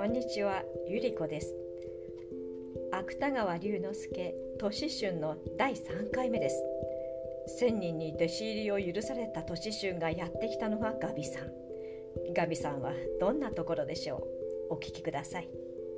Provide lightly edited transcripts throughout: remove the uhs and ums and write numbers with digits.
んにちは、ゆりこです。芥川龍之介年春の第3回目です。1000人に弟子入りを許された年春がやってきたのがガビさん。ガビさんはどんなところでしょう。お聞きください。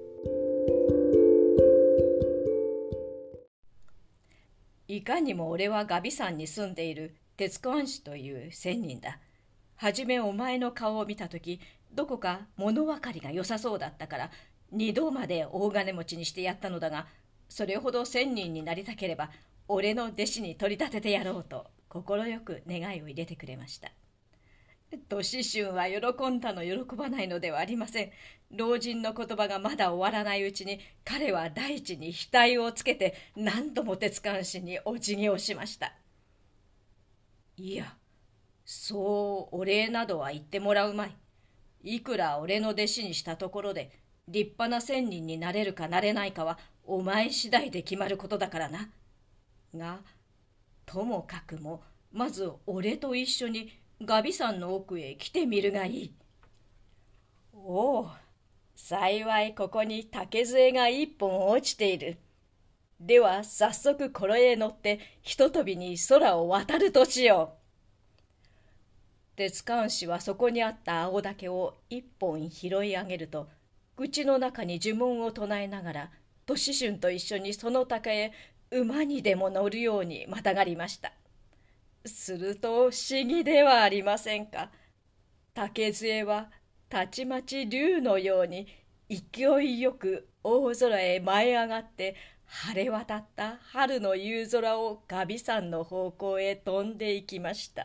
いかにも俺はガビ山に住んでいる鉄子庵氏という仙人だ。はじめお前の顔を見たとき、どこか物分かりが良さそうだったから2度まで大金持ちにしてやったのだが、それほど仙人になりたければ俺の弟子に取り立ててやろうと快く願いを入れてくれました。年春は喜んだの喜ばないのではありません。老人の言葉がまだ終わらないうちに、彼は大地に額をつけて何度も鉄管師にお辞儀をしました。いや、そうお礼などは言ってもらうまい。いくら俺の弟子にしたところで立派な仙人になれるかなれないかはお前次第で決まることだからな。が、ともかくもまず俺と一緒にガビ山の奥へ来てみるがいい。おお、幸いここに竹杖が一本落ちている。では早速これへ乗ってひととびに空を渡るとしよう。鉄管師はそこにあった青竹を一本拾い上げると、口の中に呪文を唱えながら年春と一緒にその竹へ馬にでも乗るようにまたがりました。すると不思議ではありませんか。竹杖はたちまち竜のように勢いよく大空へ舞い上がって、晴れ渡った春の夕空をガビ山の方向へ飛んでいきました。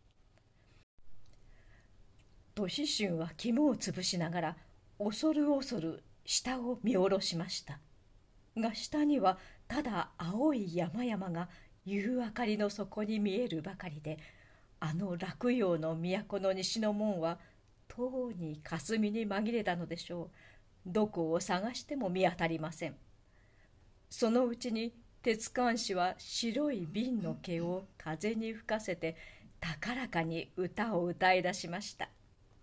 年春は肝をつぶしながら恐る恐る下を見下ろしました。が下にはただ青い山々が夕明かりの底に見えるばかりで、あの洛陽の都の西の門はとうに霞に紛れたのでしょう。どこを探しても見当たりません。そのうちに鉄管師は白い瓶の毛を風に吹かせて高らかに歌を歌い出しました。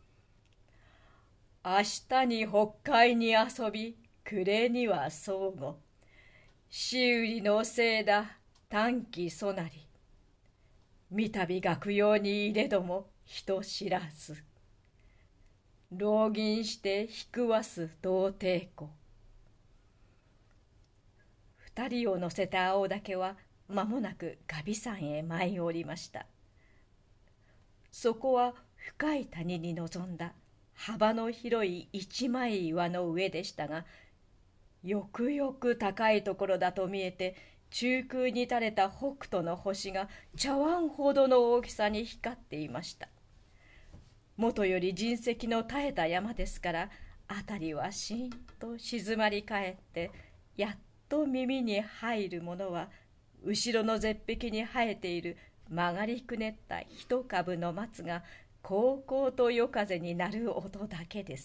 明日に北海に遊び、暮れには相互。しうりのせいだ、短気そなり。みたび学用に入れども人知らず。浪銀して引くわす童貞子。二人を乗せた青竹は間もなくガビ山へ舞い降りました。そこは深い谷に臨んだ幅の広い一枚岩の上でしたが、よくよく高いところだと見えて、中空に垂れた北斗の星が茶碗ほどの大きさに光っていました。もとより人石の絶えた山ですから、辺りはしんと静まり返って、やっと耳に入るものは後ろの絶壁に生えている曲がりくねった一株の松がこうこうと夜風に鳴る音だけです。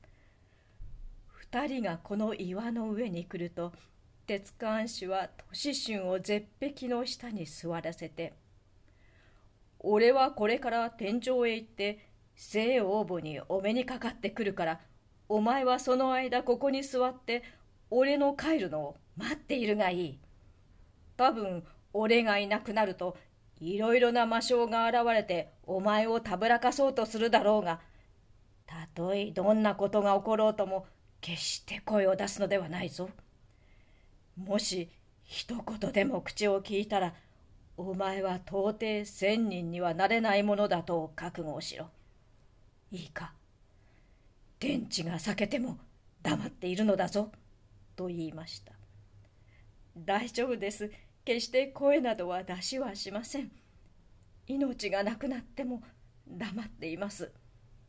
二人がこの岩の上に来ると、鉄管師は年春を絶壁の下に座らせて、俺はこれから天井へ行って西王母にお目にかかってくるから、お前はその間ここに座って俺の帰るのを待っているがいい。多分俺がいなくなるといろいろな魔性が現れてお前をたぶらかそうとするだろうが、たとえどんなことが起ころうとも決して声を出すのではないぞ。もし一言でも口を聞いたら、お前は到底仙人にはなれないものだと覚悟をしろ。いいか。天地が裂けても黙っているのだぞ。と言いました。大丈夫です。決して声などは出しはしません。命がなくなっても黙っています。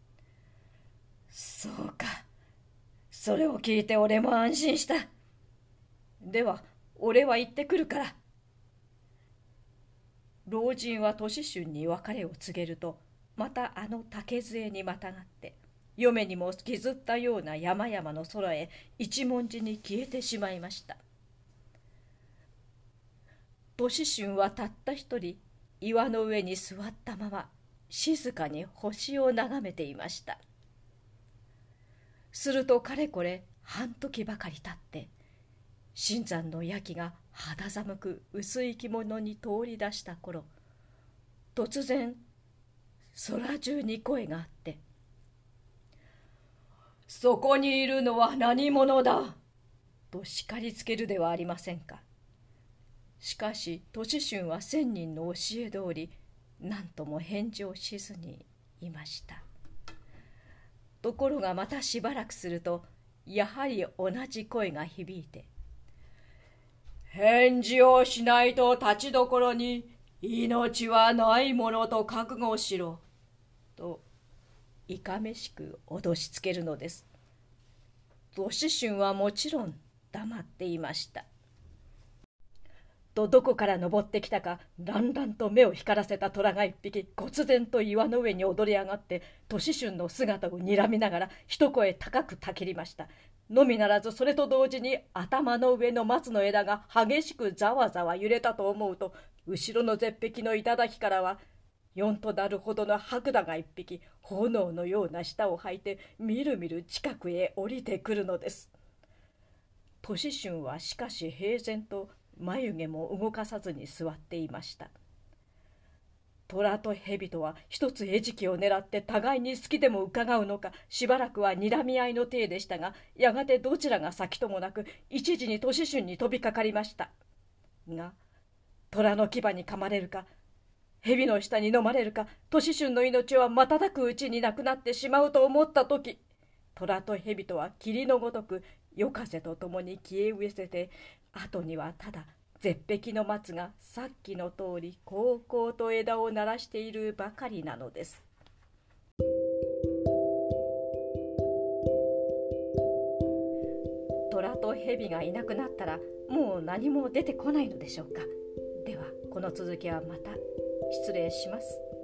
そうか。それを聞いて俺も安心した。では俺は行ってくるから。老人は年春に別れを告げると、またあの竹杖にまたがって嫁にも削ったような山々の空へ一文字に消えてしまいました。年春はたった一人岩の上に座ったまま静かに星を眺めていました。 するとかれこれ半時ばかり経って、新山の焼きが肌寒く薄い着物に通り出した頃、突然空中に声があって、そこにいるのは何者だと叱りつけるではありませんか。しかし年春は仙人の教え通り、何とも返事をしずにいました。ところがまたしばらくすると、やはり同じ声が響いて、返事をしないと立ちどころに命はないものと覚悟しろといかめしく脅しつけるのです。年春はもちろん黙っていました。とどこから登ってきたか、らんらんと目を光らせた虎が一匹、忽然と岩の上に踊り上がって、年春の姿を睨みながら一声高くたけりました。のみならず、それと同時に頭の上の松の枝が激しくざわざわ揺れたと思うと、後ろの絶壁の頂からは4となるほどの白蛇が一匹、炎のような舌を吐いてみるみる近くへ降りてくるのです。年春はしかし平然と眉毛も動かさずに座っていました。虎と蛇とは一つ餌食を狙って互いに好きでも伺うのか、しばらくは睨み合いの体でしたが、やがてどちらが先ともなく一時に年春に飛びかかりました。が虎の牙に噛まれるか、蛇の下に飲まれるか、年春の命は瞬くうちになくなってしまうと思った時、虎と蛇とは霧のごとく夜風とともに消え失せて、後にはただ絶壁の松がさっきの通りこうこうと枝を鳴らしているばかりなのです。虎と蛇がいなくなったらもう何も出てこないのでしょうか。ではこの続きはまた。失礼します。